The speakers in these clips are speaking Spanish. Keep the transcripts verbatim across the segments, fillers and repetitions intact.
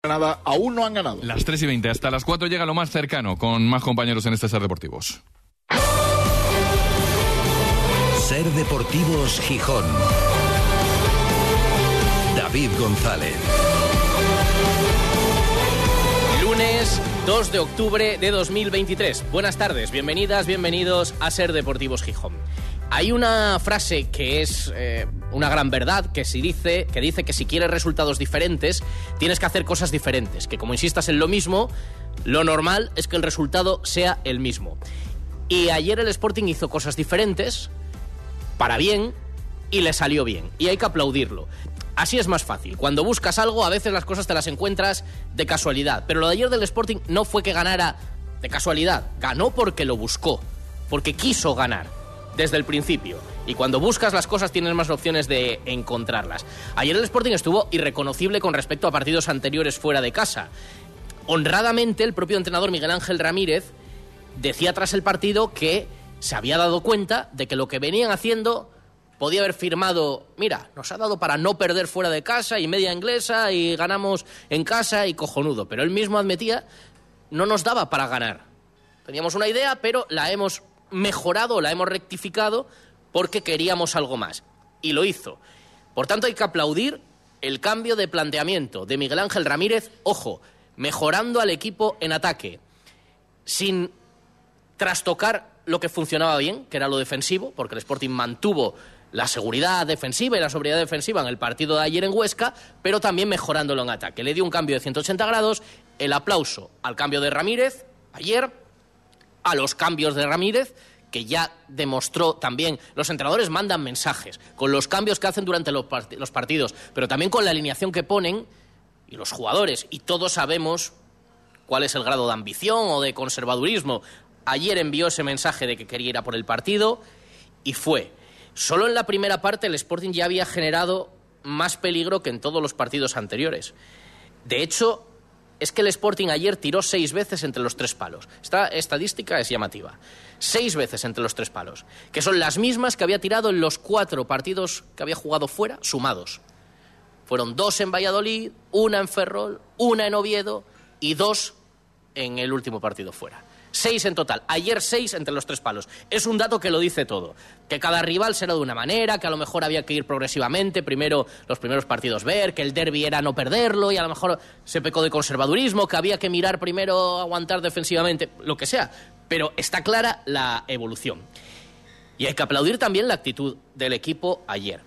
Granada aún no han ganado. Las tres y veinte, hasta las cuatro llega lo más cercano, con más compañeros en este Ser Deportivos. Ser Deportivos Gijón. David González. Lunes dos de octubre de dos mil veintitrés. Buenas tardes, bienvenidas, bienvenidos a Ser Deportivos Gijón. Hay una frase que es eh, una gran verdad, que, si dice, que dice que si quieres resultados diferentes, tienes que hacer cosas diferentes. Que como insistas en lo mismo, lo normal es que el resultado sea el mismo. Y ayer el Sporting hizo cosas diferentes, para bien, y le salió bien. Y hay que aplaudirlo. Así es más fácil. Cuando buscas algo, a veces las cosas te las encuentras de casualidad. Pero lo de ayer del Sporting no fue que ganara de casualidad. Ganó porque lo buscó, porque quiso ganar desde el principio. Y cuando buscas las cosas tienes más opciones de encontrarlas. Ayer el Sporting estuvo irreconocible con respecto a partidos anteriores fuera de casa. Honradamente, el propio entrenador Miguel Ángel Ramírez decía tras el partido que se había dado cuenta de que lo que venían haciendo podía haber firmado, mira, nos ha dado para no perder fuera de casa y media inglesa y ganamos en casa y cojonudo. Pero él mismo admitía, no nos daba para ganar. Teníamos una idea, pero la hemos mejorado, la hemos rectificado porque queríamos algo más. Y lo hizo. Por tanto, hay que aplaudir el cambio de planteamiento de Miguel Ángel Ramírez, ojo, mejorando al equipo en ataque, sin trastocar lo que funcionaba bien, que era lo defensivo, porque el Sporting mantuvo la seguridad defensiva y la sobriedad defensiva en el partido de ayer en Huesca, pero también mejorándolo en ataque. Le dio un cambio de ciento ochenta grados, el aplauso al cambio de Ramírez ayer, a los cambios de Ramírez, que ya demostró también, los entrenadores mandan mensajes con los cambios que hacen durante los, part- los partidos, pero también con la alineación que ponen y los jugadores, y todos sabemos cuál es el grado de ambición o de conservadurismo. Ayer envió ese mensaje de que quería ir a por el partido y fue. Solo en la primera parte el Sporting ya había generado más peligro que en todos los partidos anteriores. De hecho, es que el Sporting ayer tiró seis veces entre los tres palos. Esta estadística es llamativa. Seis veces entre los tres palos, que son las mismas que había tirado en los cuatro partidos que había jugado fuera, sumados. Fueron dos en Valladolid, una en Ferrol, una en Oviedo y dos en el último partido fuera. Seis en total. Ayer seis entre los tres palos. Es un dato que lo dice todo. Que cada rival será de una manera, que a lo mejor había que ir progresivamente, primero los primeros partidos ver, que el derbi era no perderlo y a lo mejor se pecó de conservadurismo, que había que mirar primero, aguantar defensivamente, lo que sea. Pero está clara la evolución. Y hay que aplaudir también la actitud del equipo ayer.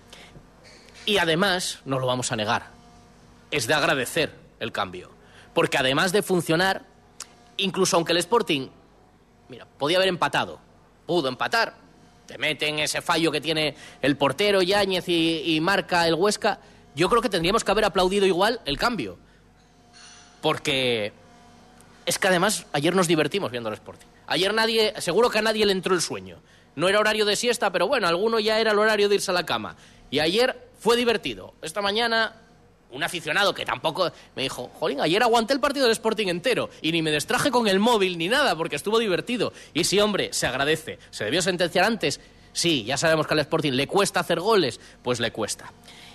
Y además, no lo vamos a negar, es de agradecer el cambio. Porque además de funcionar, incluso aunque el Sporting, mira, podía haber empatado, pudo empatar, te meten ese fallo que tiene el portero Yáñez y, y marca el Huesca, yo creo que tendríamos que haber aplaudido igual el cambio. Porque es que además ayer nos divertimos viendo el Sporting. Ayer nadie, seguro que a nadie le entró el sueño. No era horario de siesta, pero bueno, alguno ya era el horario de irse a la cama. Y ayer fue divertido. Esta mañana un aficionado que tampoco me dijo, jolín, ayer aguanté el partido del Sporting entero y ni me distraje con el móvil ni nada porque estuvo divertido. Y sí, hombre, se agradece. ¿Se debió sentenciar antes? Sí, ya sabemos que al Sporting le cuesta hacer goles, pues le cuesta.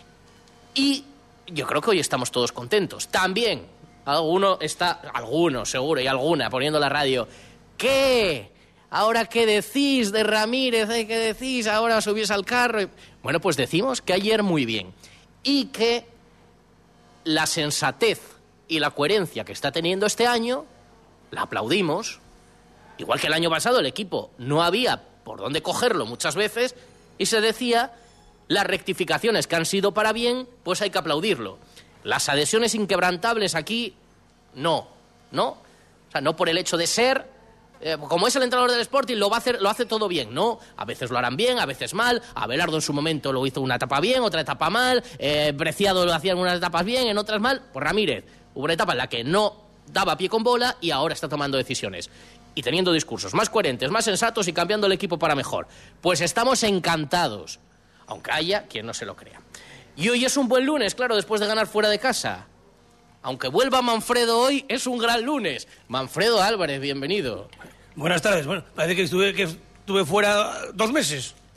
Y yo creo que hoy estamos todos contentos. También, alguno está, alguno seguro y alguna poniendo la radio, ¿qué? ¿Ahora qué decís de Ramírez? ¿Eh? ¿Qué decís? ¿Ahora subís al carro? Bueno, pues decimos que ayer muy bien. Y que la sensatez y la coherencia que está teniendo este año, la aplaudimos. Igual que el año pasado el equipo no había por dónde cogerlo muchas veces y se decía, las rectificaciones que han sido para bien, pues hay que aplaudirlo. Las adhesiones inquebrantables aquí, no, ¿no? O sea, no por el hecho de ser, eh, como es el entrenador del Sporting, lo va a hacer, lo hace todo bien, ¿no? A veces lo harán bien, a veces mal. Abelardo en su momento lo hizo una etapa bien, otra etapa mal. Eh, Preciado lo hacía en unas etapas bien, en otras mal. Pues Ramírez, hubo una etapa en la que no daba pie con bola y ahora está tomando decisiones. Y teniendo discursos más coherentes, más sensatos y cambiando el equipo para mejor. Pues estamos encantados, aunque haya quien no se lo crea. Y hoy es un buen lunes, claro, después de ganar fuera de casa. Aunque vuelva Manfredo hoy, es un gran lunes. Manfredo Álvarez, bienvenido. Buenas tardes. Bueno, parece que estuve, que estuve fuera dos meses.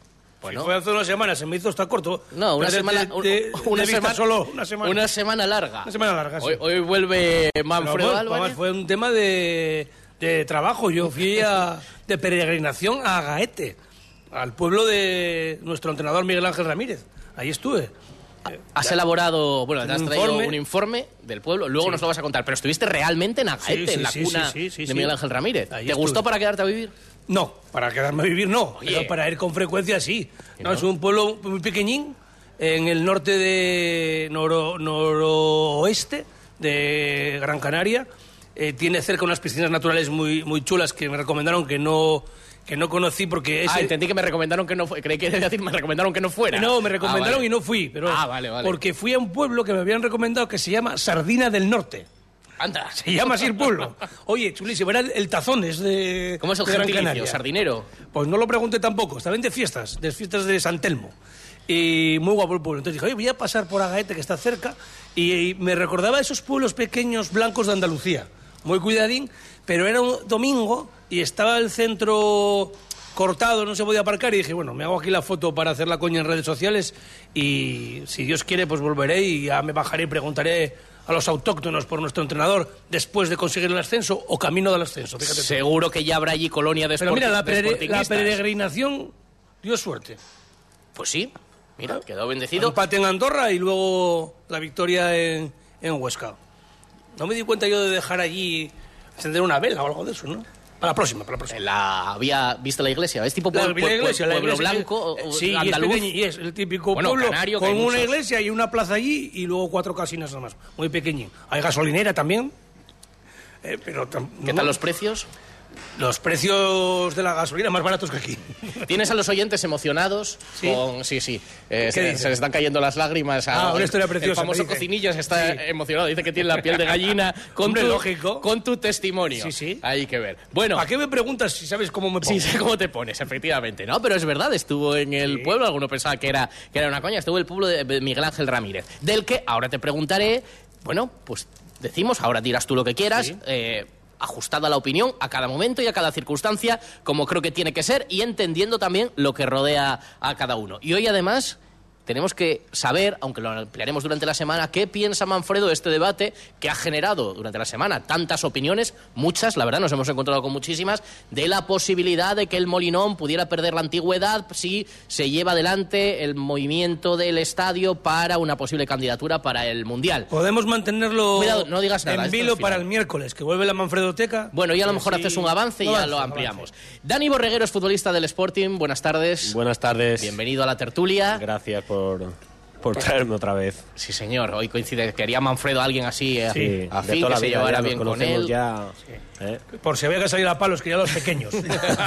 Bueno. Si fue hace una semana, se me hizo hasta corto. No, una de, semana... De, de, una, de semana solo, una semana una semana larga. Una semana larga, sí. Hoy, hoy vuelve Manfredo bueno, Álvarez. Además, fue un tema de, de trabajo. Yo fui a, de peregrinación a Gaete, al pueblo de nuestro entrenador Miguel Ángel Ramírez. Ahí estuve. Has elaborado, bueno, te has un traído informe. un informe del pueblo, luego Sí. nos lo vas a contar, pero estuviste realmente en Agaete, Sí, sí, en la sí, cuna sí, sí, sí, de Miguel sí. Ángel Ramírez. Ahí ¿Te estuve. gustó para quedarte a vivir? No, para quedarme a vivir no, Oye. pero para ir con frecuencia sí. No, ¿No? es un pueblo muy pequeñín, en el norte de noro, noroeste de Gran Canaria. Eh, tiene cerca unas piscinas naturales muy, muy chulas que me recomendaron que no, que no conocí porque... Ah, ese- entendí que me recomendaron que no fuera. Creí que iba a decir me recomendaron que no fuera. No, me recomendaron Ah, vale. y no fui, pero Ah, vale, vale. porque fui a un pueblo que me habían recomendado que se llama Sardina del Norte. Anda. Se llama así el pueblo. Oye, chulísimo, era el, el Tazones de ¿Cómo es el de Gran gentilicio? Canaria. ¿Sardinero? Pues no lo pregunté tampoco, estaban de fiestas, de fiestas de San Telmo. Y muy guapo el pueblo. Entonces dije, oye, voy a pasar por Agaete, que está cerca, y, y me recordaba esos pueblos pequeños blancos de Andalucía. Muy cuidadín, pero era un domingo y estaba el centro cortado, no se podía aparcar, y dije, bueno, me hago aquí la foto para hacer la coña en redes sociales y si Dios quiere, pues volveré y ya me bajaré y preguntaré a los autóctonos por nuestro entrenador después de conseguir el ascenso o camino del ascenso. Fíjate tú. Seguro que ya habrá allí colonia de, Pero sporti- mira, la, de pere- la sportinguistas. peregrinación dio suerte. Pues sí, mira, quedó bendecido. Empate en Andorra y luego la victoria en, en Huesca. No me di cuenta yo de dejar allí encender una vela o algo de eso, ¿no? Para la próxima, para la próxima. La, había visto la iglesia, es tipo La, pueblo, la iglesia, la pueblo iglesia, blanco, eh, o- sí, y es, andaluz. pequeño, y es el típico Bueno, pueblo canario, que con hay una muchos. iglesia y una plaza allí y luego cuatro casinas nada más, muy pequeñín. Hay gasolinera también, eh, pero tam- ¿Qué no- tal los precios? los precios de la gasolina más baratos que aquí. Tienes a los oyentes emocionados. ¿Sí? Con, sí, sí. Eh, ¿Qué se, dicen? se les están cayendo las lágrimas. A, Ah, una historia el preciosa, famoso me dice. Cocinillas está Sí. emocionado. Dice que tiene la piel de gallina con, Hombre, tu, lógico. con tu testimonio. Sí, sí. Hay que ver. Bueno, ¿A qué me preguntas si sabes cómo me pongo? sí, sé cómo te pones, efectivamente. No, pero es verdad, estuvo en el Sí. pueblo. Alguno pensaba que era, que era una coña. Estuvo en el pueblo de Miguel Ángel Ramírez. Del que ahora te preguntaré. Bueno, pues decimos, ahora dirás tú lo que quieras. Sí. Eh, ajustada a la opinión, a cada momento y a cada circunstancia, como creo que tiene que ser, y entendiendo también lo que rodea a cada uno. Y hoy, además, tenemos que saber, aunque lo ampliaremos durante la semana, qué piensa Manfredo de este debate que ha generado durante la semana tantas opiniones, muchas, la verdad, nos hemos encontrado con muchísimas, de la posibilidad de que el Molinón pudiera perder la antigüedad si se lleva adelante el movimiento del estadio para una posible candidatura para el Mundial. Podemos mantenerlo Cuidado, no digas nada, en esto es vilo final. para el miércoles, que vuelve la Manfredoteca. Bueno, ya a lo Y mejor así- haces un avance y un ya avance, lo un ampliamos. avance. Dani Borreguero es futbolista del Sporting. Buenas tardes. Buenas tardes. Bienvenido a la tertulia. Gracias por, por traerme otra vez. Sí, señor. Hoy coincide. Quería Manfredo a alguien así, eh, Sí, a de fin, toda que la se vida, llevara ya nos bien con conocemos él. Ya, ¿eh? Por si había que salir a palos, que ya los pequeños.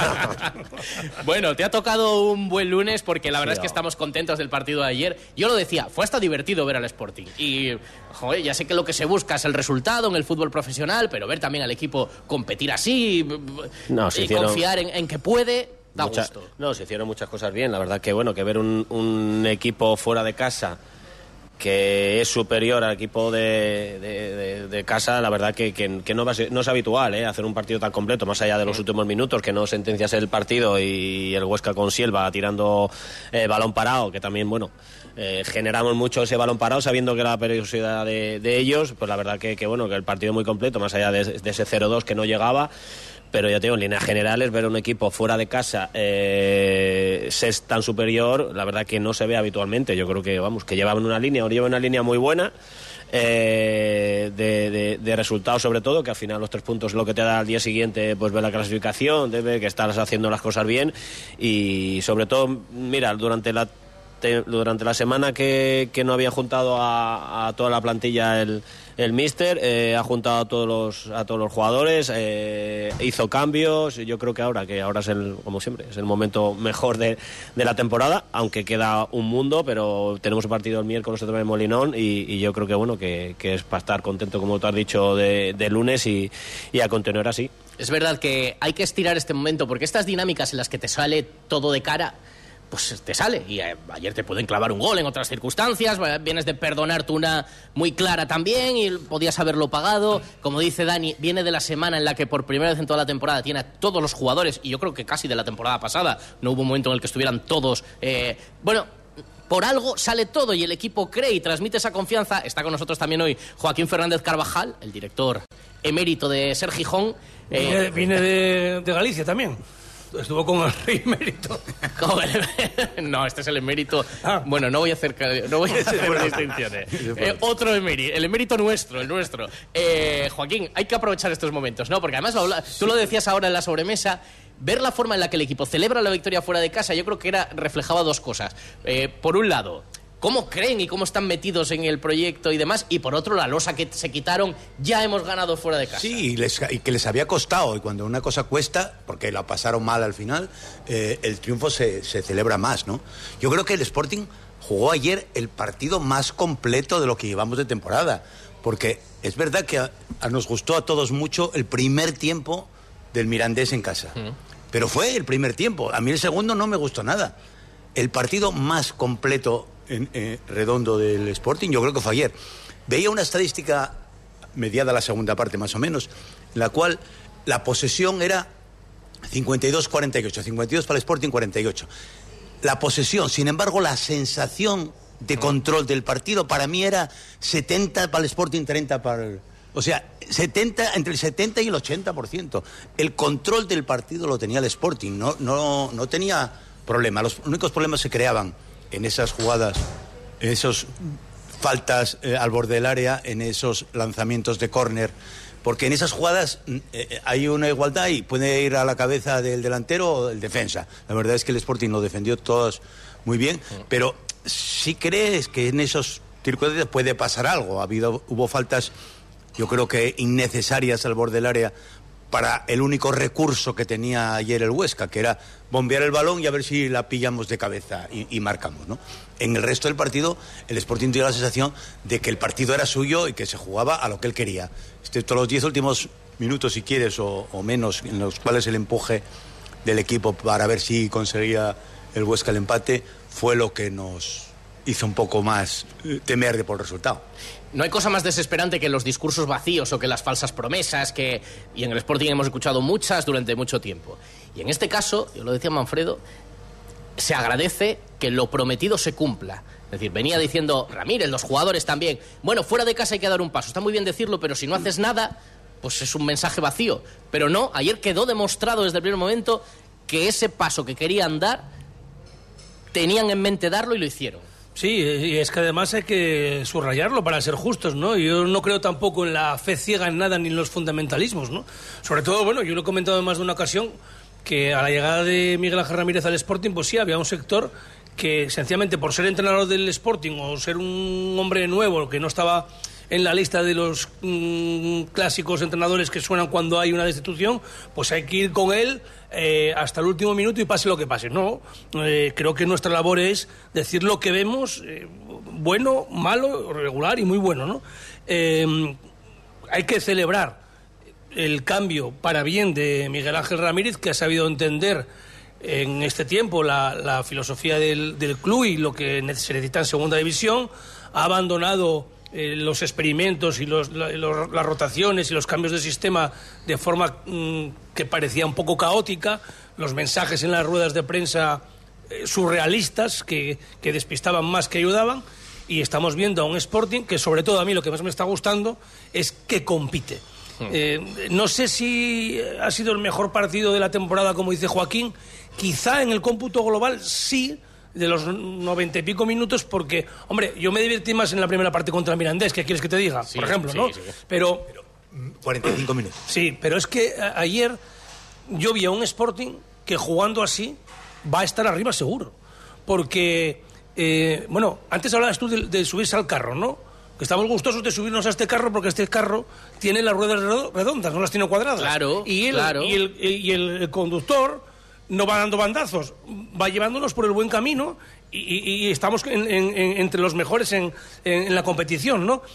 Bueno, te ha tocado un buen lunes porque la verdad Sí, es que oh. estamos contentos del partido de ayer. Yo lo decía, fue hasta divertido ver al Sporting. Y, joder, ya sé que lo que se busca es el resultado en el fútbol profesional, pero ver también al equipo competir así No, se y hicieron- confiar en, en que puede, da Mucha- gusto. No, se hicieron muchas cosas bien. La verdad que, bueno, que ver un, un equipo fuera de casa que es superior al equipo de, de- de- de casa, la verdad que, que- que no, va a ser- no es habitual, ¿eh? Hacer un partido tan completo, más allá de los últimos minutos, que no sentencias el partido y el Huesca con Sielva tirando eh, balón parado, que también, bueno, eh, generamos mucho ese balón parado sabiendo que era la peligrosidad de, de ellos, pues la verdad que, que, bueno, que el partido muy completo, más allá de, de ese cero dos que no llegaba. Pero ya te digo, en líneas generales, ver un equipo fuera de casa eh, ser tan superior, la verdad que no se ve habitualmente. Yo creo que, vamos, que llevaban una línea, o llevan una línea muy buena eh, de, de, de resultados sobre todo, que al final los tres puntos es lo que te da al día siguiente, pues ver la clasificación, de ver que estás haciendo las cosas bien y sobre todo, mira, durante la te- durante la semana que, que no había juntado a, a toda la plantilla el, el míster, eh, ha juntado a todos los, a todos los jugadores, eh, hizo cambios. Yo creo que ahora, que ahora es el, como siempre, es el momento mejor de, de la temporada, aunque queda un mundo, pero tenemos un partido el miércoles otra vez en Molinón y, y yo creo que bueno, que, que es para estar contento, como tú has dicho, de, de lunes y, y a continuar así. Es verdad que hay que estirar este momento porque estas dinámicas en las que te sale todo de cara, pues te sale. Y eh, ayer te pueden clavar un gol en otras circunstancias, vienes de perdonarte una muy clara también y podías haberlo pagado. Como dice Dani, viene de la semana en la que por primera vez en toda la temporada tiene a todos los jugadores, y yo creo que casi de la temporada pasada no hubo un momento en el que estuvieran todos... Eh, bueno... Por algo sale todo y el equipo cree y transmite esa confianza. Está con nosotros también hoy Joaquín Fernández Carvajal, el director emérito de Ser Gijón. Eh, viene viene de, de Galicia también. Estuvo con el rey emérito. El... No, este es el emérito. Ah. Bueno, no voy a hacer, no voy a hacer distinciones. Eh, otro emérito, el emérito nuestro, el nuestro. Eh, Joaquín, hay que aprovechar estos momentos, ¿no? Porque además lo habla... tú lo decías ahora en la sobremesa. Ver la forma en la que el equipo celebra la victoria fuera de casa, yo creo que era reflejaba dos cosas. Eh, por un lado, cómo creen y cómo están metidos en el proyecto y demás, y por otro, la losa que se quitaron, ya hemos ganado fuera de casa. Sí, y, les, y que les había costado, y cuando una cosa cuesta, porque la pasaron mal al final, eh, el triunfo se, se celebra más, ¿no? Yo creo que el Sporting jugó ayer el partido más completo de lo que llevamos de temporada, porque es verdad que a, a nos gustó a todos mucho el primer tiempo del Mirandés en casa. Mm. Pero fue el primer tiempo. A mí el segundo no me gustó nada. El partido más completo en, eh, redondo del Sporting, yo creo que fue ayer. Veía una estadística mediada la segunda parte más o menos, en la cual la posesión era cincuenta y dos cuarenta y ocho. cincuenta y dos para el Sporting, cuarenta y ocho. La posesión, sin embargo, la sensación de control del partido para mí era setenta para el Sporting, treinta para el... O sea, setenta, entre el setenta y el ochenta por ciento. El control del partido lo tenía el Sporting, no, no, no tenía problema. Los únicos problemas se creaban en esas jugadas, en esas faltas eh, al borde del área, en esos lanzamientos de córner, porque en esas jugadas eh, hay una igualdad y puede ir a la cabeza del delantero o del defensa. La verdad es que el Sporting lo defendió todos muy bien, pero si crees que en esos circuitos puede pasar algo. Ha habido, hubo faltas... yo creo que innecesarias al borde del área para el único recurso que tenía ayer el Huesca, que era bombear el balón y a ver si la pillamos de cabeza y, y marcamos, ¿no? En el resto del partido, el Sporting dio la sensación de que el partido era suyo y que se jugaba a lo que él quería. Excepto los diez últimos minutos, si quieres, o, o menos, en los cuales el empuje del equipo para ver si conseguía el Huesca el empate, fue lo que nos hizo un poco más temer por el resultado. No hay cosa más desesperante que los discursos vacíos o que las falsas promesas, que y en el Sporting hemos escuchado muchas durante mucho tiempo. Y en este caso, yo lo decía Manfredo, se agradece que lo prometido se cumpla. Es decir, venía diciendo Ramírez, los jugadores también, bueno, fuera de casa hay que dar un paso. Está muy bien decirlo, pero si no haces nada, pues es un mensaje vacío. Pero no, ayer quedó demostrado desde el primer momento que ese paso que querían dar, tenían en mente darlo y lo hicieron. Sí, y es que además hay que subrayarlo para ser justos, ¿no? Yo no creo tampoco en la fe ciega en nada ni en los fundamentalismos, ¿no? Sobre todo, bueno, yo lo he comentado en más de una ocasión, que a la llegada de Miguel Ángel Ramírez al Sporting, pues sí, había un sector que sencillamente por ser entrenador del Sporting o ser un hombre nuevo que no estaba en la lista de los mmm, clásicos entrenadores que suenan cuando hay una destitución, pues hay que ir con él eh, hasta el último minuto y pase lo que pase. No, eh, creo que nuestra labor es decir lo que vemos, eh, bueno, malo, regular y muy bueno, ¿no? Eh, hay que celebrar el cambio para bien de Miguel Ángel Ramírez, que ha sabido entender en este tiempo la, la filosofía del, del club y lo que se necesita en segunda división. Ha abandonado Eh, los experimentos y los, la, los, las rotaciones y los cambios de sistema de forma mmm, que parecía un poco caótica, los mensajes en las ruedas de prensa eh, surrealistas que, que despistaban más que ayudaban, y estamos viendo a un Sporting que, sobre todo a mí lo que más me está gustando es que compite. Eh, no sé si ha sido el mejor partido de la temporada, como dice Joaquín, quizá en el cómputo global sí, de los noventa y pico minutos, porque, hombre, yo me divertí más en la primera parte contra el Mirandés, ¿qué quieres que te diga? Sí, por ejemplo, sí, ¿no? Sí. Pero, pero... cuarenta y cinco minutos. Sí, pero es que a, ayer yo vi a un Sporting que jugando así va a estar arriba seguro. Porque, eh, bueno, antes hablabas tú de, de subirse al carro, ¿no? Que estamos gustosos de subirnos a este carro porque este carro tiene las ruedas redondas, no las tiene cuadradas. Claro, y el, claro. Y el, y el conductor no va dando bandazos, va llevándonos por el buen camino y, y, y estamos en, en, en, entre los mejores en, en, en la competición, ¿no?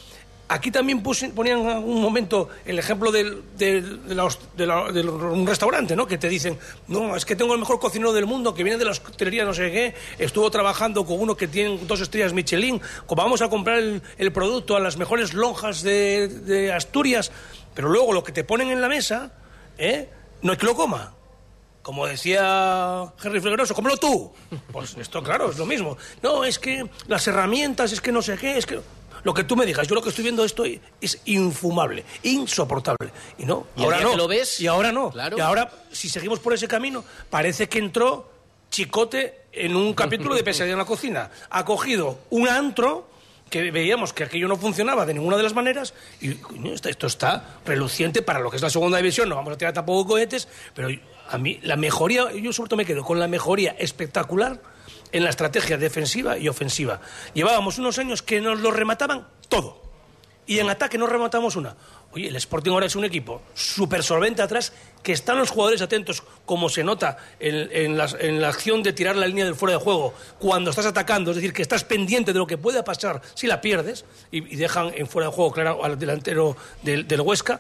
Aquí también pus, ponían en un momento el ejemplo del, del, de, la, de, la, de un restaurante, ¿no? Que te dicen, no, es que tengo el mejor cocinero del mundo, que viene de la hostelería no sé qué, estuvo trabajando con uno que tiene dos estrellas Michelin, como vamos a comprar el, el producto a las mejores lonjas de, de Asturias, pero luego lo que te ponen en la mesa, ¿eh? No es que lo coma. Como decía Henry Flegroso, cómelo tú. Pues esto, claro, es lo mismo. No, es que las herramientas, es que no sé qué, es que... Lo que tú me digas, yo lo que estoy viendo esto es infumable, insoportable. Y no, ¿Y ahora el día no. que lo ves? Y ahora no. Claro. Y ahora, si seguimos por ese camino, parece que entró Chicote en un capítulo de Pesadilla en la cocina. Ha cogido un antro que veíamos que aquello no funcionaba de ninguna de las maneras y coño, esto está reluciente para lo que es la segunda división. No vamos a tirar tampoco cohetes, pero a mí la mejoría, yo sobre todo me quedo con la mejoría espectacular en la estrategia defensiva y ofensiva. Llevábamos unos años que nos lo remataban todo. Y en ataque no rematamos una. Oye, el Sporting ahora es un equipo súper solvente atrás, que están los jugadores atentos, como se nota en, en, la, en la acción de tirar la línea del fuera de juego cuando estás atacando, es decir, que estás pendiente de lo que pueda pasar si la pierdes, y, y dejan en fuera de juego, claro, al delantero del, del Huesca.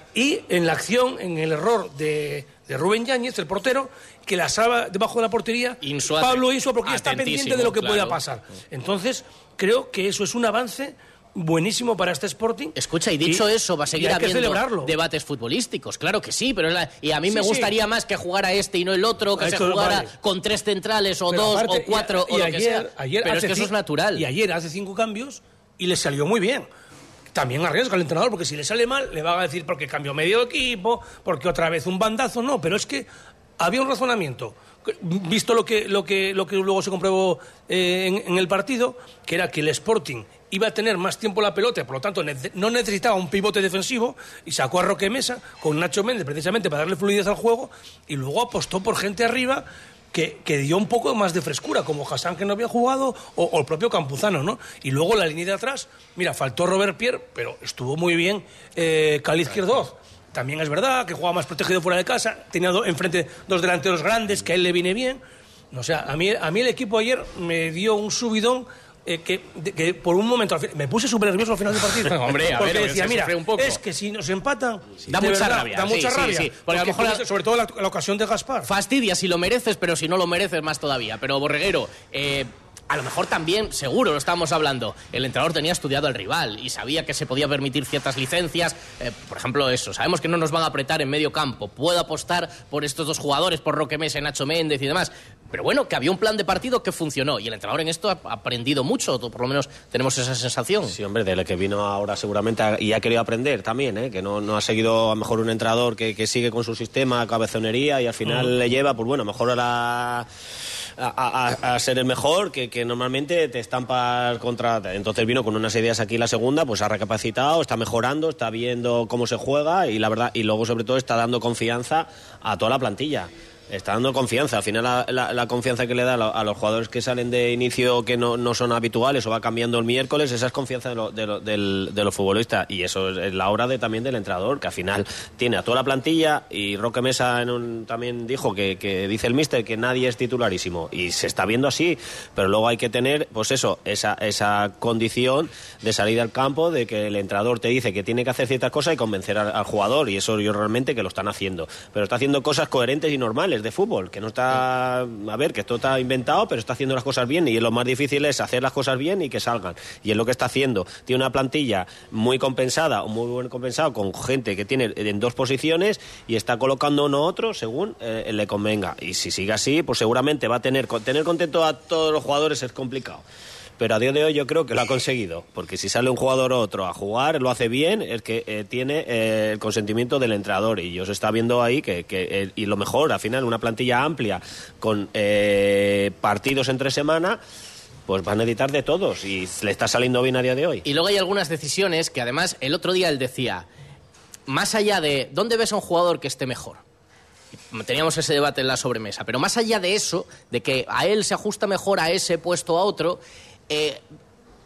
Y en la acción, en el error de, de Rubén Yáñez, el portero, que la salva debajo de la portería, Insua, Pablo Insua, porque está pendiente de lo que claro. pueda pasar. Entonces, creo que eso es un avance buenísimo para este Sporting. Escucha, y dicho y, eso, va a seguir habiendo debates futbolísticos, claro que sí, pero la, y a mí sí, me gustaría sí. más que jugara este y no el otro, que a se esto, jugara vale. con tres centrales o pero dos aparte, o cuatro y, o y lo ayer, que sea. Ayer pero es que eso es natural. Y ayer hace cinco cambios y le salió muy bien. También arriesga el entrenador, porque si le sale mal, le va a decir porque cambió medio equipo, porque otra vez un bandazo. No, pero es que había un razonamiento. Visto lo que, lo que, lo que luego se comprobó eh, en, en el partido, que era que el Sporting iba a tener más tiempo la pelota, por lo tanto ne- no necesitaba un pivote defensivo, y sacó a Roque Mesa con Nacho Méndez precisamente para darle fluidez al juego, y luego apostó por gente arriba que, que dio un poco más de frescura, como Hassan, que no había jugado, o, o el propio Campuzano, ¿no? Y luego la línea de atrás, mira, faltó Robert Pierre, pero estuvo muy bien eh, Khalid Kirdoz. También es verdad que jugaba más protegido fuera de casa, tenía do, enfrente dos delanteros grandes, que a él le viene bien. O sea, a mí, a mí el equipo ayer me dio un subidón eh, que, de, que por un momento al fin, me puse súper nervioso al final del partido. Hombre, a porque ver, decía, mira, un poco. es que si nos empatan, sí, da mucha verdad, rabia. Da mucha sí, rabia. Sí, sí. Porque, porque a lo mejor, la, sobre todo la, la ocasión de Gaspar. Fastidia si lo mereces, pero si no lo mereces más todavía. Pero, Borreguero, eh, a lo mejor también, seguro lo estábamos hablando, el entrenador tenía estudiado al rival y sabía que se podía permitir ciertas licencias, eh, por ejemplo eso, sabemos que no nos van a apretar en medio campo, puedo apostar por estos dos jugadores, por Roque Mesa, Nacho Méndez y demás, pero bueno, que había un plan de partido que funcionó y el entrenador en esto ha aprendido mucho, o por lo menos tenemos esa sensación. Sí, hombre, de que vino ahora seguramente y ha querido aprender también, ¿eh? Que no, no ha seguido a lo mejor un entrenador que, que sigue con su sistema, cabezonería y al final uh-huh. le lleva, pues bueno, mejor a la... A, a, a ser el mejor, que, que normalmente te estampas contra... Entonces vino con unas ideas aquí la segunda, pues ha recapacitado, está mejorando, está viendo cómo se juega y la verdad, y luego sobre todo está dando confianza a toda la plantilla. Está dando confianza. Al final la, la, la confianza que le da a los jugadores que salen de inicio que no, no son habituales o va cambiando el miércoles, esa es confianza de, lo, de, lo, del, de los futbolistas. Y eso es la obra de, también del entrenador, que al final tiene a toda la plantilla y Roque Mesa en un, también dijo que, que dice el míster que nadie es titularísimo y se está viendo así, pero luego hay que tener pues eso, esa, esa condición de salir al campo, de que el entrenador te dice que tiene que hacer ciertas cosas y convencer al, al jugador, y eso yo realmente que lo están haciendo, pero está haciendo cosas coherentes y normales de fútbol, que no está, a ver, que esto está inventado, pero está haciendo las cosas bien, y lo más difícil es hacer las cosas bien y que salgan, y es lo que está haciendo. Tiene una plantilla muy compensada, o muy bien compensada, con gente que tiene en dos posiciones y está colocando uno otro según eh, le convenga, y si sigue así, pues seguramente va a tener, tener contento a todos los jugadores es complicado. Pero a día de hoy yo creo que lo ha conseguido, porque si sale un jugador u otro a jugar, lo hace bien, es que eh, tiene eh, el consentimiento del entrenador, y yo se está viendo ahí que, que eh, y lo mejor, al final, una plantilla amplia con eh, partidos entre semana, pues van a editar de todos y le está saliendo bien a día de hoy. Y luego hay algunas decisiones que además el otro día él decía, más allá de ¿dónde ves a un jugador que esté mejor? Teníamos ese debate en la sobremesa, pero más allá de eso, de que a él se ajusta mejor a ese puesto a otro, Eh,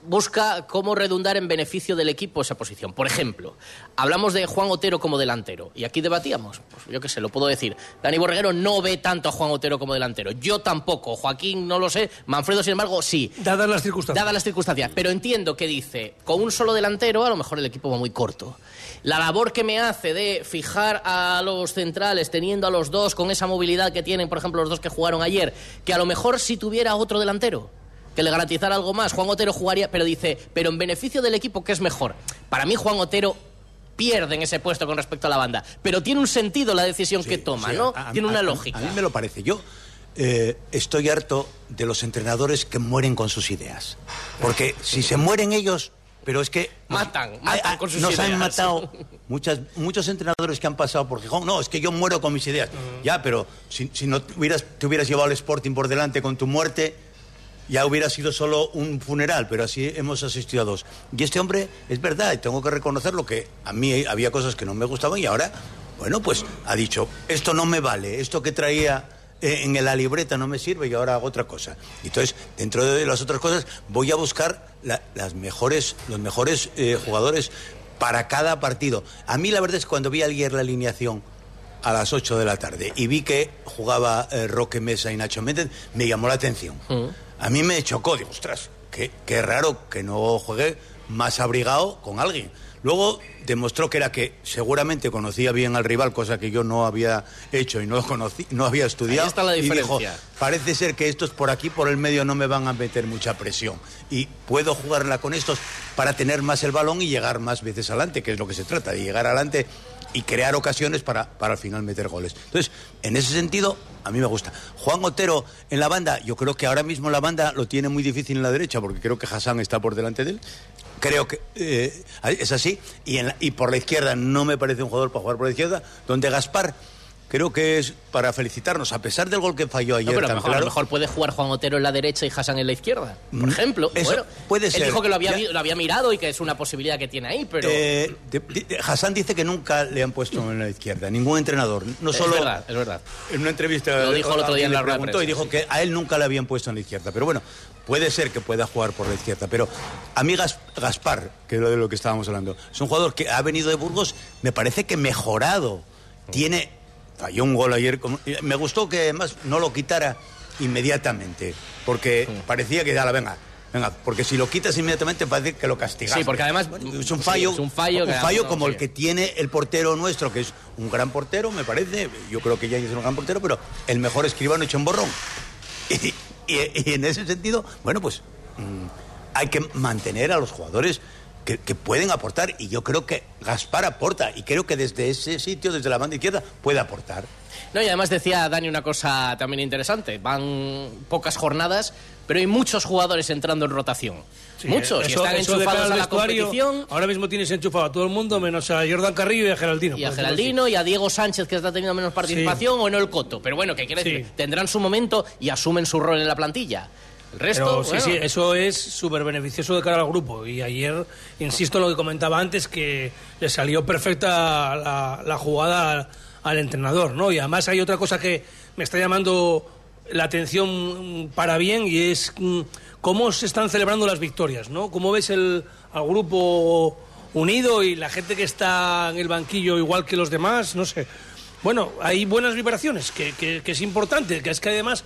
busca cómo redundar en beneficio del equipo esa posición. Por ejemplo, hablamos de Juan Otero como delantero y aquí debatíamos, pues yo qué sé, lo puedo decir. Dani Borreguero no ve tanto a Juan Otero como delantero. Yo tampoco. Joaquín no lo sé. Manfredo, sin embargo, sí. Dadas las circunstancias. Dadas las circunstancias. Pero entiendo que dice, con un solo delantero a lo mejor el equipo va muy corto. La labor que me hace de fijar a los centrales teniendo a los dos con esa movilidad que tienen, por ejemplo, los dos que jugaron ayer, que a lo mejor si tuviera otro delantero que le garantizara algo más, Juan Otero jugaría, pero dice, pero en beneficio del equipo, ¿qué es mejor? Para mí Juan Otero pierde en ese puesto con respecto a la banda, pero tiene un sentido la decisión sí, que toma, sí, ¿no? A, tiene una a, lógica. A mí me lo parece. Yo eh, estoy harto de los entrenadores que mueren con sus ideas, porque si se mueren ellos... Pero es que... Matan, matan a, a, con sus nos ideas. han matado muchas, muchos entrenadores que han pasado por Gijón. No, es que yo muero con mis ideas. Uh-huh. Ya, pero si, si no hubieras, te hubieras llevado al Sporting por delante con tu muerte, ya hubiera sido solo un funeral, pero así hemos asistido a dos. Y este hombre, es verdad, y tengo que reconocerlo, que a mí había cosas que no me gustaban y ahora, bueno, pues ha dicho, esto no me vale, esto que traía... en la libreta no me sirve y ahora hago otra cosa. Entonces, dentro de las otras cosas, voy a buscar la, las mejores, los mejores eh, jugadores para cada partido. A mí la verdad es que cuando vi ayer la alineación a las ocho de la tarde y vi que jugaba eh, Roque Mesa y Nacho Méndez, me llamó la atención. Uh-huh. A mí me chocó, digo, ostras, qué, qué raro que no juegue más abrigado con alguien. Luego demostró que era que seguramente conocía bien al rival, cosa que yo no había hecho y no conocí, no había estudiado. Ahí está la diferencia. Y dijo, parece ser que estos por aquí, por el medio, no me van a meter mucha presión. Y puedo jugarla con estos para tener más el balón y llegar más veces adelante, que es lo que se trata, de llegar adelante y crear ocasiones para, para al final meter goles. Entonces, en ese sentido, a mí me gusta. Juan Otero en la banda, yo creo que ahora mismo la banda lo tiene muy difícil en la derecha, porque creo que Hassan está por delante de él. Creo que eh, es así. Y, en la, y por la izquierda no me parece un jugador para jugar por la izquierda, donde Gaspar creo que es para felicitarnos, a pesar del gol que falló ayer. No, pero tan mejor, claro. A lo mejor puede jugar Juan Otero en la derecha y Hassan en la izquierda, por ejemplo. Eso bueno, puede él ser. dijo que lo había, lo había mirado y que es una posibilidad que tiene ahí, pero... Eh, de, de, Hassan dice que nunca le han puesto en la izquierda, ningún entrenador. No solo, es verdad, es verdad. En una entrevista lo dijo el otro día en la rueda de prensa, y dijo que a él nunca le habían puesto en la izquierda. Pero bueno, puede ser que pueda jugar por la izquierda. Pero a mí Gaspar, que es de lo que estábamos hablando, es un jugador que ha venido de Burgos, me parece que mejorado. Tiene... Falló un gol ayer. Me gustó que además no lo quitara inmediatamente, porque sí. parecía que ya la venga, venga, porque si lo quitas inmediatamente parece que lo castigas. Sí, porque además bueno, es un fallo, sí, es un fallo, un fallo como no, el que tiene el portero nuestro, que es un gran portero, me parece. Yo creo que ya es un gran portero, pero el mejor escribano hecho un borrón. Y, y, y en ese sentido, bueno, pues mmm, hay que mantener a los jugadores Que, que pueden aportar, y yo creo que Gaspar aporta, y creo que desde ese sitio, desde la banda izquierda, puede aportar. No, y además decía Dani una cosa también interesante, van pocas jornadas, pero hay muchos jugadores entrando en rotación. Sí, muchos, eso, y están eso enchufados de a la competición. Ahora mismo tienes enchufado a todo el mundo, menos a Jordan Carrillo y a Geraldino. Y a Geraldino y a Diego Sánchez, que está teniendo menos participación, sí. o no el Coto. Pero bueno, ¿qué quiere sí. decir? Tendrán su momento y asumen su rol en la plantilla. El resto, Pero, sí, bueno. sí, eso es súper beneficioso de cara al grupo. Y ayer, insisto en lo que comentaba antes, que le salió perfecta la, la jugada al, al entrenador, ¿no? Y además hay otra cosa que me está llamando la atención para bien, y es cómo se están celebrando las victorias, ¿no? Cómo ves el, al grupo unido y la gente que está en el banquillo igual que los demás, no sé. Bueno, hay buenas vibraciones, que, que, que es importante, que es que además...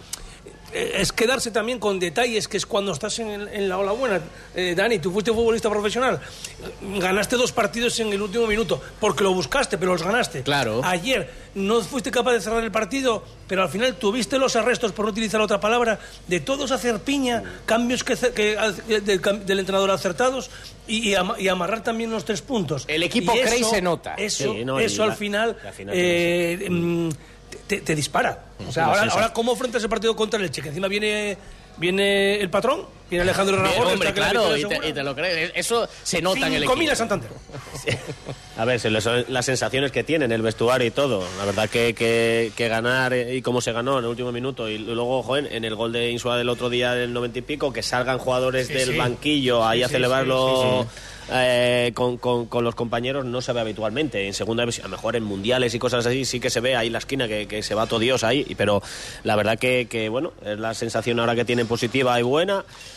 es quedarse también con detalles, que es cuando estás en, en la ola buena. Eh, Dani, tú fuiste futbolista profesional, ganaste dos partidos en el último minuto, porque lo buscaste, pero los ganaste. Claro. Ayer no fuiste capaz de cerrar el partido, pero al final tuviste los arrestos, por no utilizar otra palabra, de todos hacer piña, cambios que, que de, del entrenador acertados, y, y, am, y amarrar también los tres puntos. El equipo y cree eso, y se nota. Eso, sí, no, eso la, al final... final eh, mm, Te, te dispara. O sea, ahora, ahora ¿cómo enfrentas el partido contra el Elche? Que encima viene viene el patrón, viene Alejandro Ragón. Hombre, claro, y te, y te lo crees. Eso se nota en el equipo. Comina Santander. Sí. A ver, las sensaciones que tienen, el vestuario y todo. La verdad que, que, que ganar y cómo se ganó en el último minuto. Y luego, joder, en el gol de Insua del otro día del noventa y pico, que salgan jugadores sí, del sí. banquillo ahí sí, a celebrarlo... Sí, sí, sí. Eh, con, con, con los compañeros no se ve habitualmente. En segunda división, a lo mejor en mundiales y cosas así sí que se ve ahí la esquina que, que se va todo Dios ahí, pero la verdad que, que bueno, es la sensación ahora que tienen positiva y buena.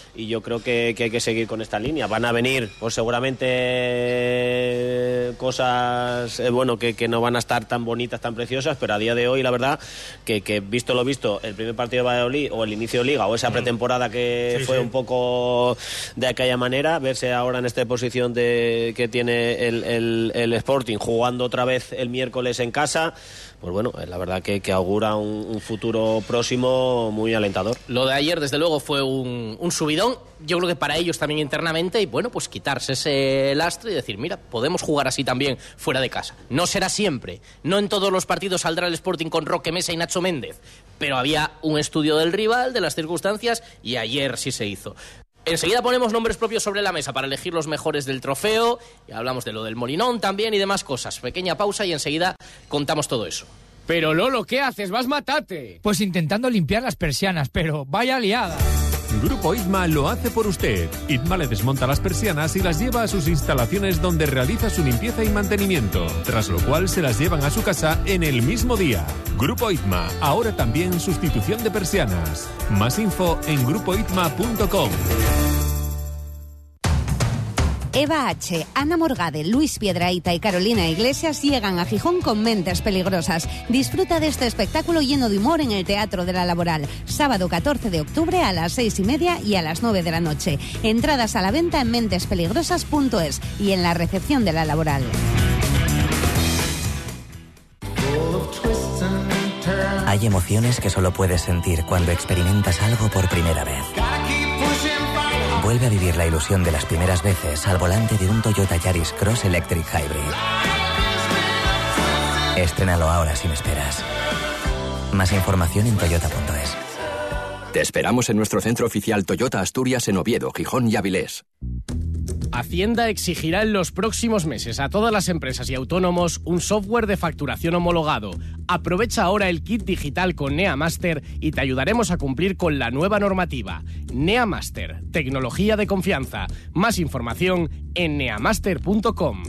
y yo creo que, que hay que seguir con esta línea. Van a venir, pues seguramente cosas, eh, bueno, que, que no van a estar tan bonitas, tan preciosas, pero a día de hoy la verdad que, que visto lo visto, el primer partido de Valladolid o el inicio de Liga o esa pretemporada que sí, fue sí. un poco de aquella manera, verse ahora en esta posición de que tiene el, el, el Sporting jugando otra vez el miércoles en casa, pues bueno, la verdad que, que augura un, un futuro próximo muy alentador. Lo de ayer, desde luego, fue un, un subidón, yo creo que para ellos también internamente, y bueno, pues quitarse ese lastre y decir, mira, podemos jugar así también fuera de casa. No será siempre, no en todos los partidos saldrá el Sporting con Roque Mesa y Nacho Méndez, pero había un estudio del rival, de las circunstancias, y ayer sí se hizo. Enseguida ponemos nombres propios sobre la mesa para elegir los mejores del trofeo, y hablamos de lo del Molinón también y demás cosas. Pequeña pausa y enseguida contamos todo eso. Pero Lolo, ¿qué haces? ¡Vas matate! Pues intentando limpiar las persianas, pero vaya liada. Grupo Itma lo hace por usted. Itma le desmonta las persianas y las lleva a sus instalaciones donde realiza su limpieza y mantenimiento, tras lo cual se las llevan a su casa en el mismo día. Grupo Itma, ahora también sustitución de persianas. Más info en grupo itma punto com. Eva H., Ana Morgade, Luis Piedrahita y Carolina Iglesias llegan a Gijón con Mentes Peligrosas. Disfruta de este espectáculo lleno de humor en el Teatro de la Laboral. Sábado catorce de octubre a las seis y media y a las nueve de la noche. Entradas a la venta en mentes peligrosas punto es y en la recepción de la Laboral. Hay emociones que solo puedes sentir cuando experimentas algo por primera vez. Vuelve a vivir la ilusión de las primeras veces al volante de un Toyota Yaris Cross Electric Hybrid. Estrénalo ahora sin esperas. Más información en toyota punto es. Te esperamos en nuestro centro oficial Toyota Asturias en Oviedo, Gijón y Avilés. Hacienda exigirá en los próximos meses a todas las empresas y autónomos un software de facturación homologado. Aprovecha ahora el kit digital con NeaMaster y te ayudaremos a cumplir con la nueva normativa. NeaMaster, tecnología de confianza. Más información en neamaster punto com.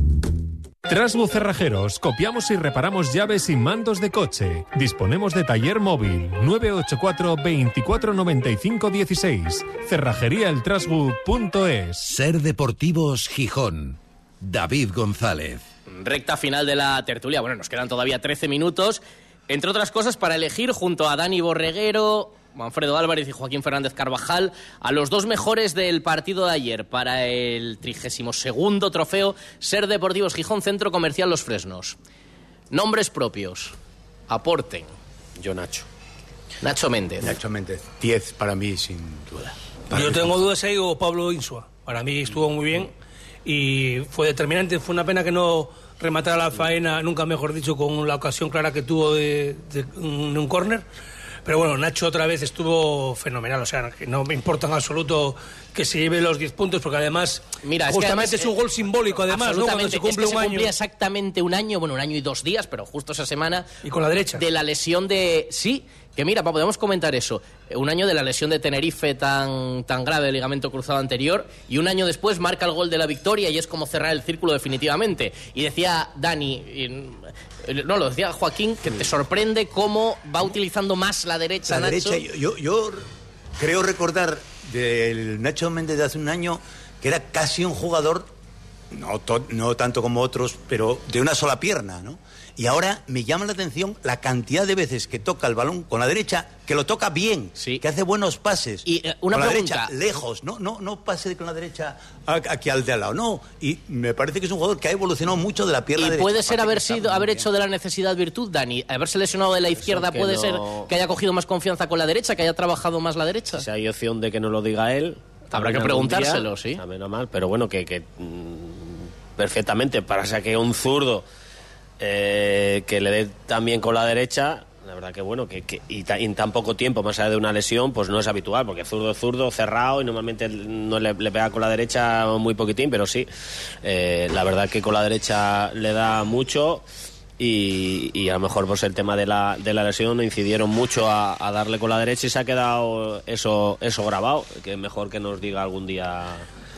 Trasbu Cerrajeros, copiamos y reparamos llaves y mandos de coche. Disponemos de taller móvil nueve ocho cuatro, veinticuatro noventa y cinco dieciséis. cerrajería el trasbu punto es. Ser Deportivos Gijón. David González. Recta final de la tertulia. Bueno, nos quedan todavía trece minutos. Entre otras cosas, para elegir junto a Dani Borreguero, Manfredo Álvarez y Joaquín Fernández Carvajal a los dos mejores del partido de ayer para el trigésimo segundo trofeo Ser Deportivos Gijón Centro Comercial Los Fresnos. Nombres propios. Aporten. Yo Nacho. Nacho Méndez. Nacho Méndez. diez para mí, sin duda. Para Yo tengo dudas ahí o Pablo Insua. Para mí estuvo muy bien y fue determinante. Fue una pena que no rematara la faena, nunca mejor dicho, con la ocasión clara que tuvo de, de, de un córner. Pero bueno, Nacho otra vez estuvo fenomenal, o sea, que no me importa en absoluto que se lleve los diez puntos, porque además, Mira, es justamente que es un gol simbólico, además, ¿no? Cuando se cumple es que un se año. cumplía exactamente un año, bueno, un año y dos días, pero justo esa semana. Y con la derecha. De la lesión de... Sí, que mira, podemos comentar eso. Un año de la lesión de Tenerife tan, tan grave, el ligamento cruzado anterior, y un año después marca el gol de la victoria y es como cerrar el círculo definitivamente. Y decía Dani... Y, no, lo decía Joaquín, que te sorprende cómo va utilizando más la derecha, La Nacho. derecha, yo, yo creo recordar del Nacho Méndez de hace un año que era casi un jugador, no, to, no tanto como otros, pero de una sola pierna, ¿no? Y ahora me llama la atención la cantidad de veces que toca el balón con la derecha, que lo toca bien, sí, que hace buenos pases. Y eh, una con la pregunta. derecha, lejos, no, no, no pase con la derecha aquí al de al lado, no. Y me parece que es un jugador que ha evolucionado mucho de la pierna y derecha. Y puede ser haber sido haber bien. hecho de la necesidad virtud, Dani. Haberse lesionado de la izquierda puede no... ser que haya cogido más confianza con la derecha, que haya trabajado más la derecha. Si hay opción de que no lo diga él, habrá que preguntárselo, sí. A menos mal, pero bueno, que, que mmm, perfectamente para sacar un zurdo eh, que le dé también con la derecha. La verdad que bueno, que, que y, ta, y en tan poco tiempo, más allá de una lesión, pues no es habitual, porque zurdo es zurdo, cerrado, y normalmente no le, le pega con la derecha muy poquitín, pero sí, eh, la verdad que con la derecha le da mucho, y, y a lo mejor pues el tema de la, de la lesión incidieron mucho a, a darle con la derecha y se ha quedado eso, eso grabado, que es mejor que nos diga algún día...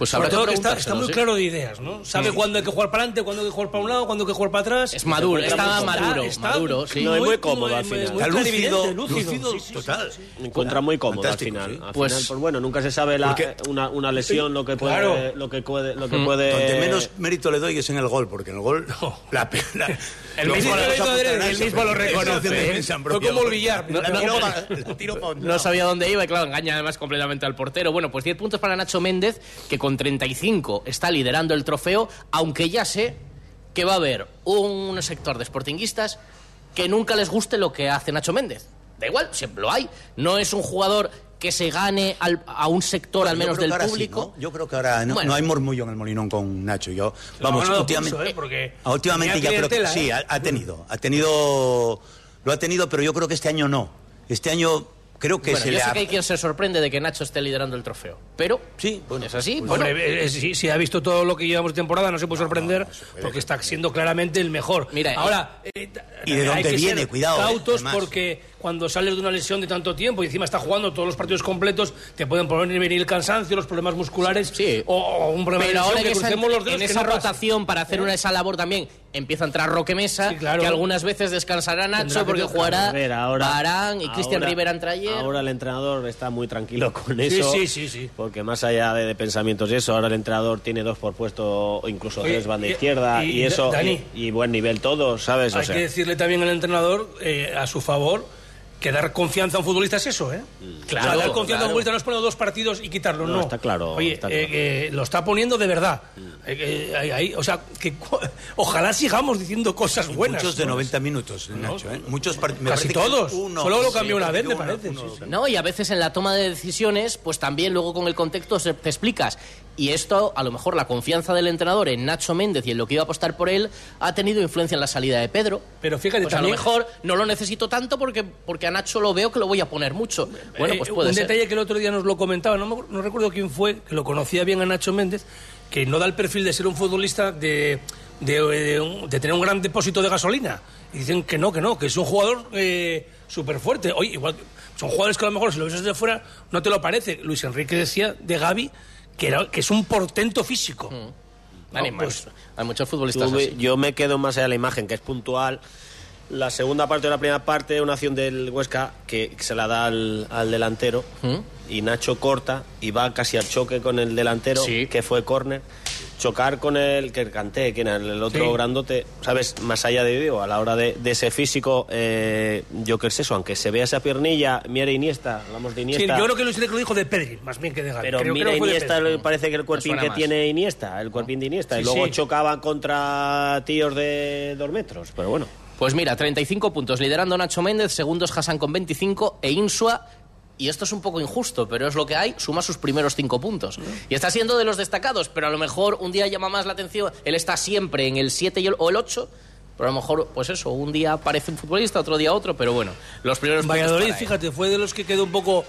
Pues sobre todo que está, está muy ¿sí? claro de ideas, ¿no? Sabe sí. cuándo hay que jugar para adelante, cuándo hay que jugar para un lado, cuándo hay que jugar para atrás. Es maduro, está, está maduro, está, maduro, sí. No, es muy cómodo al final. Está lúcido, lúcido, lúcido, sí, sí, total. Sí, sí, sí. Me encuentra muy cómodo al final. Sí. Al Pues, final, pues bueno, nunca se sabe la, porque, una, una lesión, lo que puede, claro. lo que puede, lo que Mm. puede. Donde menos mérito le doy es en el gol, porque en el gol no. la, la, el lo mismo, lo, el mismo lo reconoce. ¿eh? Fue como el billar. No, no, tiro no, pa, la tiro pa no sabía dónde iba y claro, engaña además completamente al portero. Bueno, pues diez puntos para Nacho Méndez, que con treinta y cinco está liderando el trofeo, aunque ya sé que va a haber un sector de sportinguistas que nunca les guste lo que hace Nacho Méndez. Da igual, siempre lo hay. No es un jugador que se gane al, a un sector, al menos del público. Sí, ¿no? Yo creo que ahora no, bueno. no hay murmullo en el Molinón con Nacho. Yo, vamos, no, no, últimamente, pulso, ¿eh? Porque últimamente ya creo que ¿eh? sí, ha, ha tenido, ha tenido, lo ha tenido, pero yo creo que este año no. Este año creo que bueno, se yo le sé ha... que hay quien se sorprende de que Nacho esté liderando el trofeo, pero sí, bueno, es así. Pues bueno. hombre, eh, si, si ha visto todo lo que llevamos de temporada, no se puede sorprender, no, no, no porque está siendo claramente el mejor. Mira, ahora, eh, y de dónde viene, ser cuidado. Cautos, eh, porque cuando sales de una lesión de tanto tiempo y encima está jugando todos los partidos completos, te pueden poner venir el cansancio, los problemas musculares, sí. o, o un problema pero de lesión ahora que en crucemos esa, los dedos. en que esa no rotación pasa. para hacer ¿Eh? una esa labor también empieza a entrar Roque Mesa, sí, claro. que algunas veces descansará Nacho Tendrá porque jugará ver, ahora, Barán y Cristian Rivera entra ayer. Ahora el entrenador está muy tranquilo con eso. Sí, sí, sí, sí. Porque más allá de, de pensamientos y eso, ahora el entrenador tiene dos por puesto o incluso Oye, tres banda y, izquierda y, y eso Dani, y, y buen nivel todo, ¿sabes? O hay sea, que decirle también al entrenador, eh, a su favor, que dar confianza a un futbolista es eso, ¿eh? Claro, o sea, dar confianza claro. a un futbolista no es poner dos partidos y quitarlo, no. No, está claro, Oye, está claro. Eh, eh, lo está poniendo de verdad. Mm. Eh, eh, ahí, ahí, o sea, que ojalá sigamos diciendo cosas y buenas. Muchos de ¿no? noventa minutos, Nacho, ¿eh? Muchos part- me Casi parece todos. Que uno, Solo lo sí, cambió una vez, me uno, parece. uno, Sí, uno, sí. No, y a veces en la toma de decisiones, pues también luego con el contexto se- te explicas. Y esto, a lo mejor, la confianza del entrenador en Nacho Méndez y en lo que iba a apostar por él ha tenido influencia en la salida de Pedro. Pero fíjate, pues también... a lo mejor no lo necesito tanto porque, porque a Nacho lo veo que lo voy a poner mucho. Bueno, pues puede un ser. detalle que el otro día nos lo comentaba, no, me, no recuerdo quién fue, que lo conocía bien a Nacho Méndez, que no da el perfil de ser un futbolista de, de, de, un- de tener un gran depósito de gasolina. Y dicen que no, que no, que es un jugador eh, súper fuerte. Oye, igual que- son jugadores que a lo mejor si lo ves desde fuera no te lo parece. Luis Enrique decía de Gavi que, era, que es un portento físico. Mm. Dani, No, pues- pues, hay muchos futbolistas Tuve- así. yo me quedo más allá de la imagen, que es puntual. La segunda parte de la primera parte, una acción del Huesca que se la da al, al delantero ¿Mm? y Nacho corta y va casi al choque con el delantero, Sí. que fue córner. Chocar con el que canté, que era el otro Sí. grandote, ¿sabes? Más allá de digo, a la hora de, de ese físico, eh, yo qué sé eso, aunque se vea esa piernilla, mira Iniesta, hablamos de Sí, Iniesta. yo creo que Luis Enrique lo dijo de Pedri, más bien que de Gavi. Pero Creo- mira creo que fue de Iniesta, Pedri. le parece que el cuerpín suena que más. tiene Iniesta, el cuerpín de Iniesta, y Sí, luego sí. chocaban contra tíos de dos metros, pero bueno. Pues mira, treinta y cinco puntos, liderando Nacho Méndez, segundos Hassan con veinticinco e Insua, y esto es un poco injusto, pero es lo que hay, suma sus primeros cinco puntos. Y está siendo de los destacados, pero a lo mejor un día llama más la atención, él está siempre en el siete y el, o el ocho, pero a lo mejor, pues eso, un día aparece un futbolista, otro día otro, pero bueno, los primeros puntos Valladolid, para él. fíjate, fue de los que quedó un poco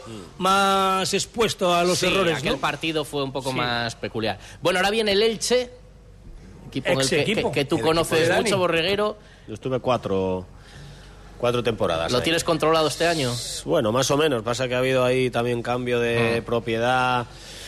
más expuesto a los Sí, errores, aquel ¿no? partido fue un poco Sí. más peculiar. Bueno, ahora viene el Elche, equipo en el Ex que, equipo. que- que tú El equipo conoces de Dani. mucho, Borreguero. Yo estuve cuatro, cuatro temporadas. ¿Lo ahí. tienes controlado este año? Bueno, más o menos. Pasa que ha habido ahí también cambio de Ah. propiedad,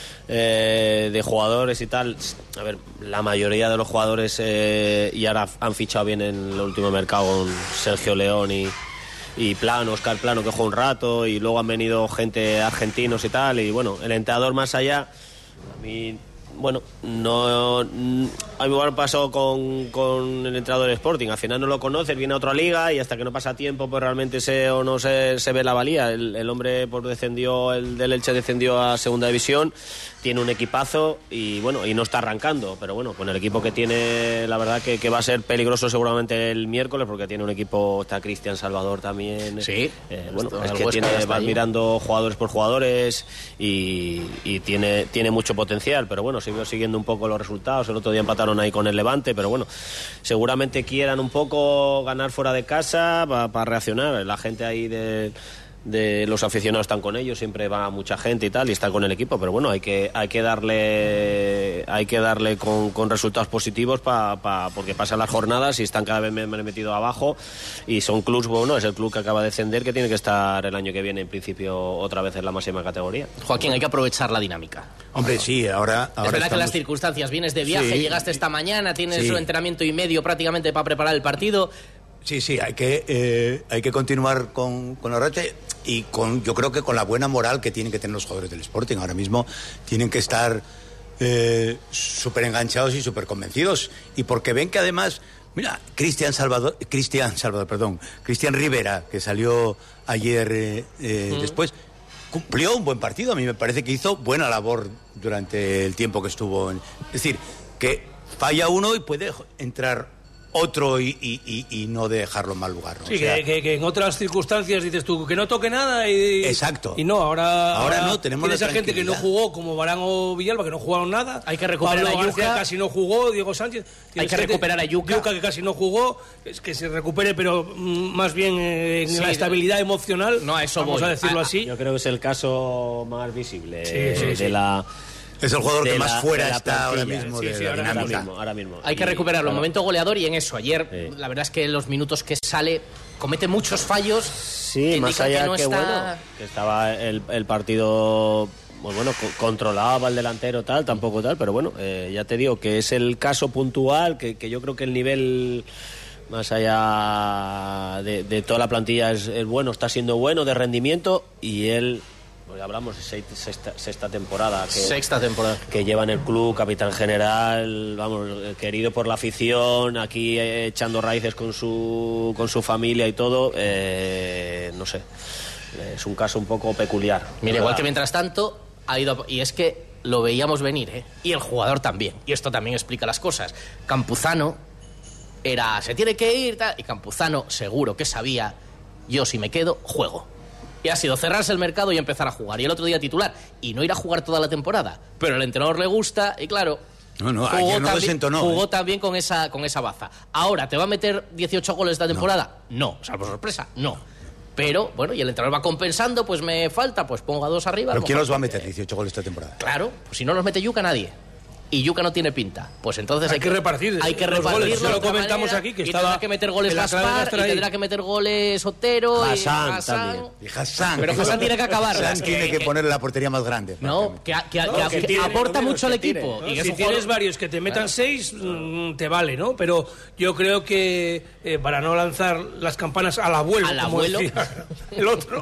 eh, de jugadores y tal. A ver, la mayoría de los jugadores eh, y ahora han fichado bien en el último mercado con Sergio León y, y Plano, Oscar Plano, que juega un rato, y luego han venido gente argentinos y tal. Y bueno, el entrenador más allá, a mí... Bueno, no, mm, a mí igual pasó con, con el entrenador de Sporting. Al final no lo conoces, viene a otra liga y hasta que no pasa tiempo, pues realmente se o no se, se ve la valía. El, el hombre pues descendió, el del Elche descendió a segunda división, tiene un equipazo y bueno, y no está arrancando. Pero bueno, con el equipo que tiene, la verdad que, que va a ser peligroso seguramente el miércoles porque tiene un equipo, está Cristian Salvador también. Sí. Eh, bueno, Esto, es el que Huesca tiene, está va ahí. mirando jugadores por jugadores y, y tiene, tiene mucho potencial, pero bueno, sigo siguiendo un poco los resultados. El otro día empataron ahí con el Levante, pero bueno, seguramente quieran un poco ganar fuera de casa para reaccionar. La gente ahí de, de los aficionados están con ellos, siempre va mucha gente y tal, y están con el equipo, pero bueno, hay que hay que darle hay que darle con, con resultados positivos pa, pa, porque pasan las jornadas y están cada vez metidos abajo, y son clubs, bueno, es el club que acaba de descender, que tiene que estar el año que viene en principio otra vez en la máxima categoría. Joaquín, hay que aprovechar la dinámica. Hombre, sí, ahora, ahora es verdad estamos... que las circunstancias, vienes de viaje, sí, llegaste esta mañana, tienes sí. un entrenamiento y medio prácticamente para preparar el partido. Sí, sí, hay que, eh, hay que continuar con, con la racha y con, yo creo que con la buena moral que tienen que tener los jugadores del Sporting. Ahora mismo tienen que estar eh, súper enganchados y súper convencidos. Y porque ven que además, mira, Cristian Salvador, Cristian Salvador, perdón, Cristian Rivera, que salió ayer eh, eh, mm. después, cumplió un buen partido. A mí me parece que hizo buena labor durante el tiempo que estuvo. En, es decir, que falla uno y puede entrar otro y, y, y, y no dejarlo en mal lugar, ¿no? Sí, o sea, que, que, que en otras circunstancias dices tú que no toque nada y... Exacto. Y no, ahora... Ahora, ahora no, tenemos esa gente que no jugó, como Barán o Villalba, que no jugaron nada. Hay que recuperar Pablo a Yuca. García casi no jugó, Diego Sánchez... Hay que recuperar a Yuca. Yuca, que casi no jugó, es que se recupere, pero mm, más bien eh, en sí, la estabilidad emocional. No, a eso vamos voy. a decirlo Ah, así. Yo creo que es el caso más visible sí, sí, de sí. la... Es el jugador que la, más fuera está plantilla. ahora mismo sí, de sí, la ahora, dinámica. Ahora mismo, ahora mismo. Hay que Y, recuperarlo, claro, momento goleador, y en eso, ayer, sí. la verdad es que en los minutos que sale, comete muchos fallos. Sí, más allá que, no que está... bueno, que estaba el, el partido... Pues bueno, controlaba al delantero tal, tampoco tal, pero bueno, eh, ya te digo que es el caso puntual, que, que yo creo que el nivel más allá de, de toda la plantilla es, es bueno, está siendo bueno de rendimiento, y él, pues hablamos de seis, sexta, sexta temporada que, sexta temporada que lleva en el club, capitán general, vamos, querido por la afición, aquí eh, echando raíces con su con su familia y todo, eh, no sé, es un caso un poco peculiar. Mira, igual que mientras tanto ha ido, y es que lo veíamos venir, ¿eh? Y el jugador también, y esto también explica las cosas. Campuzano era, se tiene que ir, tal, y Campuzano seguro que sabía, yo si me quedo, juego. Y ha sido cerrarse el mercado y empezar a jugar. Y el otro día titular, y no ir a jugar toda la temporada. Pero al entrenador le gusta, y claro, no, no, jugó, ayer no también, desentonó, jugó ¿eh? también con esa, con esa baza. Ahora, ¿te va a meter dieciocho goles esta temporada? No, no, salvo sorpresa, no. Pero, bueno, y el entrenador va compensando, pues me falta, pues pongo a dos arriba. ¿Pero quién los va a meter dieciocho goles esta temporada? Claro, pues si no los mete Yuca, nadie. Y Yuca no tiene pinta. Pues entonces hay, hay que repartir. Hay que los repartirlo. goles. Ya lo comentamos aquí, que y estaba tendrá que meter goles Gaspar, y tendrá que meter goles Otero, Hassan, y Hassan. también. Y Hassan. Pero Hassan tiene que acabar. Hassan tiene que que- poner la portería más grande. No, que, que- No, que- que que tire, aporta no, mucho al que tire, equipo. ¿no? Y que si es un tienes jugador- varios que te metan Claro. seis, mm, te vale, ¿no? Pero yo creo que eh, para no lanzar las campanas al abuelo, Al como abuelo. decía el otro,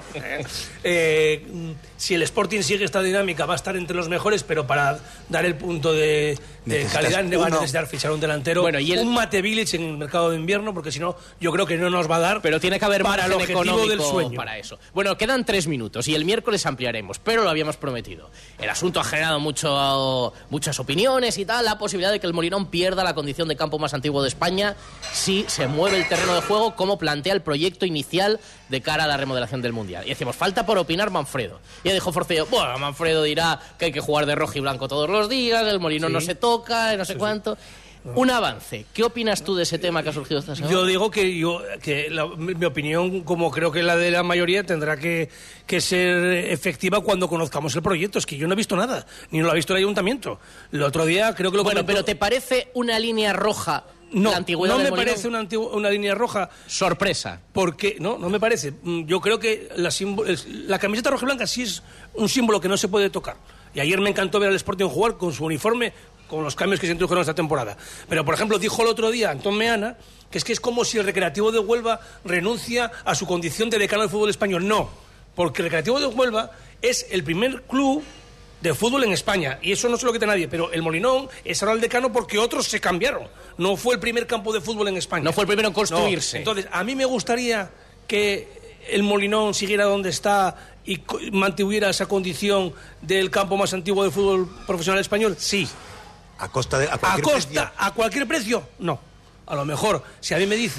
eh, mm, si el Sporting sigue esta dinámica va a estar entre los mejores, pero para dar el punto de, de Necesitas calidad le va a uno. necesitar fichar un delantero, Bueno, y el- un Mate Village en el mercado de invierno, porque si no, yo creo que no nos va a dar. Pero tiene que haber para el margen objetivo del económico sueño. para eso. Bueno, quedan tres minutos y el miércoles ampliaremos, pero lo habíamos prometido. El asunto ha generado mucho, muchas opiniones y tal, la posibilidad de que el Molinón pierda la condición de campo más antiguo de España si se mueve el terreno de juego como plantea el proyecto inicial de cara a la remodelación del Mundial. Y decimos, falta por opinar Manfredo. Y ya dijo Forceo, bueno, Manfredo dirá que hay que jugar de rojo y blanco todos los días, el Molinón Sí. no se toca, no sé cuánto. Un avance. ¿Qué opinas tú de ese tema que ha surgido esta semana? Yo digo que yo que la- mi mi opinión, como creo que la de la mayoría, tendrá que, que ser efectiva cuando conozcamos el proyecto. Es que yo no he visto nada, ni lo ha visto el ayuntamiento. El otro día creo que lo Bueno, comentó- pero ¿te parece una línea roja no, la antigüedad no del me Molinón? parece una, antigu- una línea roja. Sorpresa. Porque, no, no me parece. Mm, Yo creo que la, símbolo- es- la camiseta roja y blanca sí es un símbolo que no se puede tocar. Y ayer me encantó ver al Sporting jugar con su uniforme, con los cambios que se introdujeron esta temporada. Pero, por ejemplo, dijo el otro día Antón Meana que es que es como si el Recreativo de Huelva renuncia a su condición de decano del fútbol español. No, porque el Recreativo de Huelva es el primer club de fútbol en España, y eso no se lo quita nadie, pero el Molinón es ahora el decano porque otros se cambiaron. No fue el primer campo de fútbol en España. No fue el primero en construirse. No. Entonces, a mí me gustaría que el Molinón siguiera donde está y co- mantuviera esa condición del campo más antiguo de fútbol profesional español. Sí. A costa de a A cualquier costa, precio. a cualquier precio, no. A lo mejor, si a mí me dicen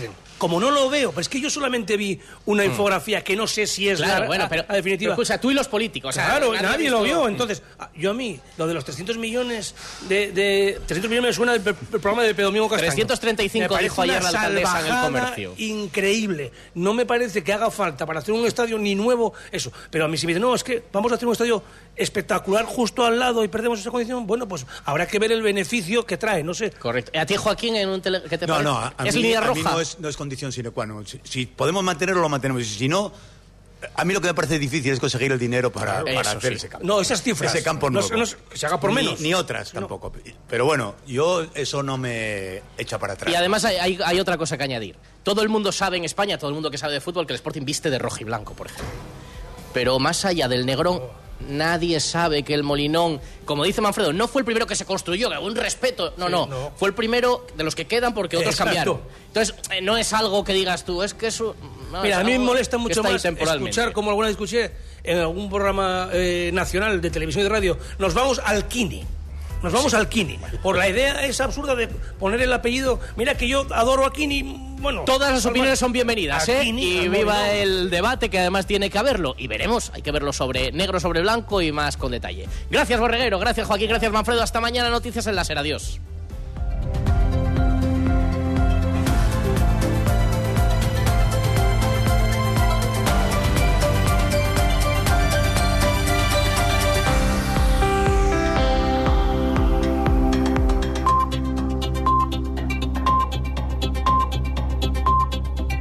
como no lo veo, pero es que yo solamente vi una infografía que no sé si es Claro, la, bueno, la- pero, la definitiva. pero escucha, tú y los políticos. O sea, Claro, nadie nadie, ha lo visto- vio. Entonces, ah, yo a mí, lo de los trescientos millones de... de trescientos millones me suena del pe- programa de Pedro Domingo Castaño. trescientos treinta y cinco Me parece dijo ayer una la alcaldesa en el salvajada Comercio. increíble. No me parece que haga falta para hacer un estadio ni nuevo, eso. Pero a mí si me dicen, no, es que vamos a hacer un estadio espectacular justo al lado y perdemos esa condición, bueno, pues habrá que ver el beneficio que trae, no sé. Correcto. ¿A ti, Joaquín, en un tele... ¿qué te No, parece? no, a, a ¿Es mí, línea a mí roja? no, es, no es condición sine qua non. Si, si podemos mantenerlo, lo mantenemos. Y si no, a mí lo que me parece difícil es conseguir el dinero para, Claro, para eso hacer sí. ese campo. No, esas cifras. Ese campo No, nuevo. no, que se haga por Ni- menos. Ni, otras tampoco. Pero bueno, yo eso no me echa para atrás. Y además hay, hay, hay otra cosa que añadir. Todo el mundo sabe en España, todo el mundo que sabe de fútbol, que el Sporting viste de rojo y blanco, por ejemplo. Pero más allá del Negrón, nadie sabe que el Molinón, como dice Manfredo, no fue el primero que se construyó, que un respeto. No, Sí, no, no. Fue el primero de los que quedan porque otros Exacto. cambiaron. Entonces, eh, no es algo que digas tú, es que eso... no, Mira, es a mí me algo molesta que mucho está ahí más temporalmente. escuchar, como alguna vez escuché en algún programa eh, nacional de televisión y de radio, nos vamos al Kini. Nos vamos Sí. al Kini. Por la idea esa absurda de poner el apellido. Mira que yo adoro a Kini. Bueno, Todas las normal. opiniones son bienvenidas, A ¿eh? Kini, Y al viva Molinón. el debate, que además tiene que haberlo. Y veremos, hay que verlo sobre negro, sobre blanco y más con detalle. Gracias, Borreguero, gracias, Joaquín, gracias, Manfredo. Hasta mañana, Noticias en Láser. Adiós.